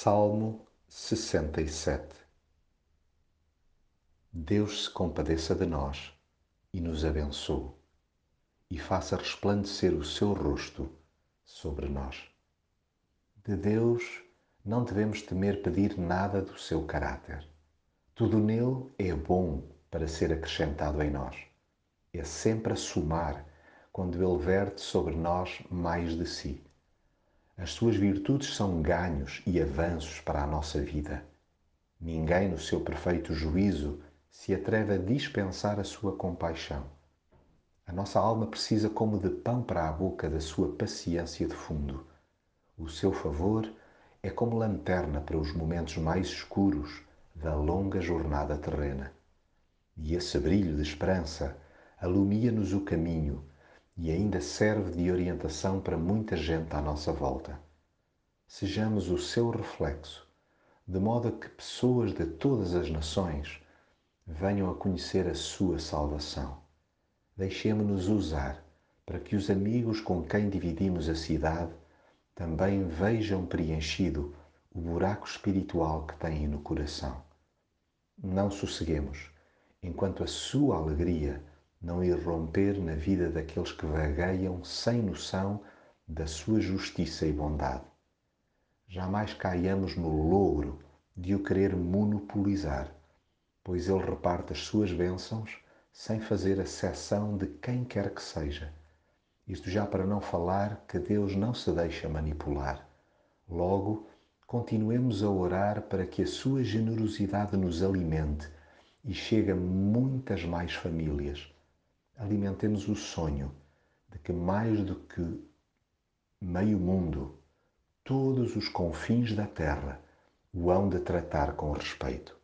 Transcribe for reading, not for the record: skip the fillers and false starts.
Salmo 67. Deus se compadeça de nós e nos abençoe, e faça resplandecer o seu rosto sobre nós. De Deus não devemos temer pedir nada do seu caráter. Tudo nele é bom para ser acrescentado em nós. É sempre a somar quando ele verte sobre nós mais de si. As suas virtudes são ganhos e avanços para a nossa vida. Ninguém, no seu perfeito juízo, se atreve a dispensar a sua compaixão. A nossa alma precisa como de pão para a boca da sua paciência de fundo. O seu favor é como lanterna para os momentos mais escuros da longa jornada terrena. E esse brilho de esperança alumia-nos o caminho e ainda serve de orientação para muita gente à nossa volta. Sejamos o seu reflexo, de modo a que pessoas de todas as nações venham a conhecer a sua salvação. Deixemo-nos usar para que os amigos com quem dividimos a cidade também vejam preenchido o buraco espiritual que têm no coração. Não sosseguemos enquanto a sua alegria não irromper na vida daqueles que vagueiam sem noção da sua justiça e bondade. Jamais caiamos no logro de o querer monopolizar, pois ele reparte as suas bênçãos sem fazer acepção de quem quer que seja. Isto já para não falar que Deus não se deixa manipular. Logo, continuemos a orar para que a sua generosidade nos alimente e chegue a muitas mais famílias. Alimentemos o sonho de que mais do que meio mundo, todos os confins da terra o hão de tratar com respeito.